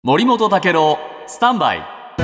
森本武郎スタンバイ。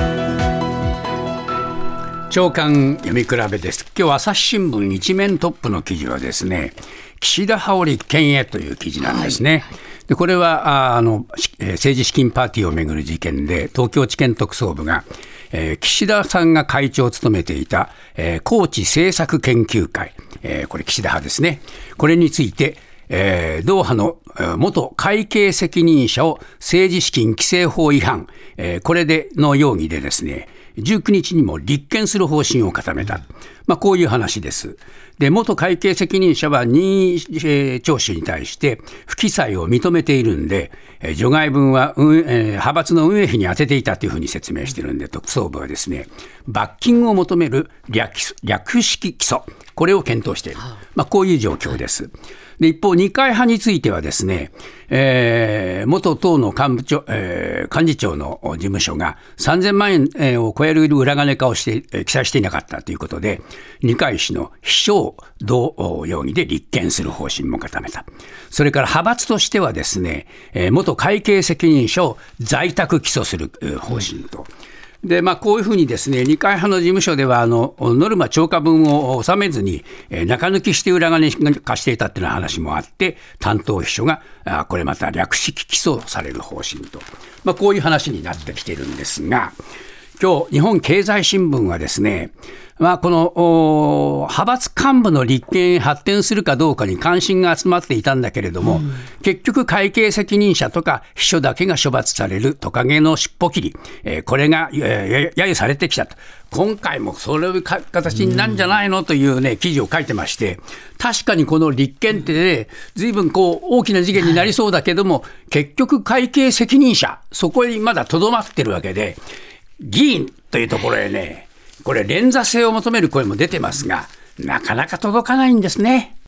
朝刊読み比べです。今日朝日新聞一面トップの記事はですね、岸田派を立憲へという記事なんですね。でこれは政治資金パーティーをめぐる事件で東京地検特捜部が、岸田さんが会長を務めていた、高知政策研究会、これ岸田派ですね。これについて同派の元会計責任者を政治資金規正法違反、これでの容疑でですね、19日にも立件する方針を固めた、こういう話です。で元会計責任者は任意聴取に対して不記載を認めているんで、除外分は派閥の運営費に充てていたというふうに説明しているんで、特捜部はですね、罰金を求める略式起訴、これを検討している、こういう状況です。で一方、二階派についてはですね、元党の幹事長の事務所が3000万円を超える裏金化をして記載していなかったということで、二階氏の秘書同容疑で立件する方針も固めた。それから派閥としてはですね、元会計責任者を在宅起訴する方針と。でこういうふうにですね、二階派の事務所ではノルマ超過分を納めずに中抜きして裏金化していたという話もあって、担当秘書がこれまた略式起訴される方針と、こういう話になってきているんですが、今日日本経済新聞はですね、この派閥幹部の立憲へ発展するかどうかに関心が集まっていたんだけれども、結局会計責任者とか秘書だけが処罰されるトカゲの尻尾切り、これが揶揄されてきたと。今回もそういう形になるんじゃないのというね、記事を書いてまして、確かにこの立憲ってね、随分大きな事件になりそうだけども、結局会計責任者、そこにまだとどまってるわけで、議員というところへね、これ連座制を求める声も出てますが、なかなか届かないんですね。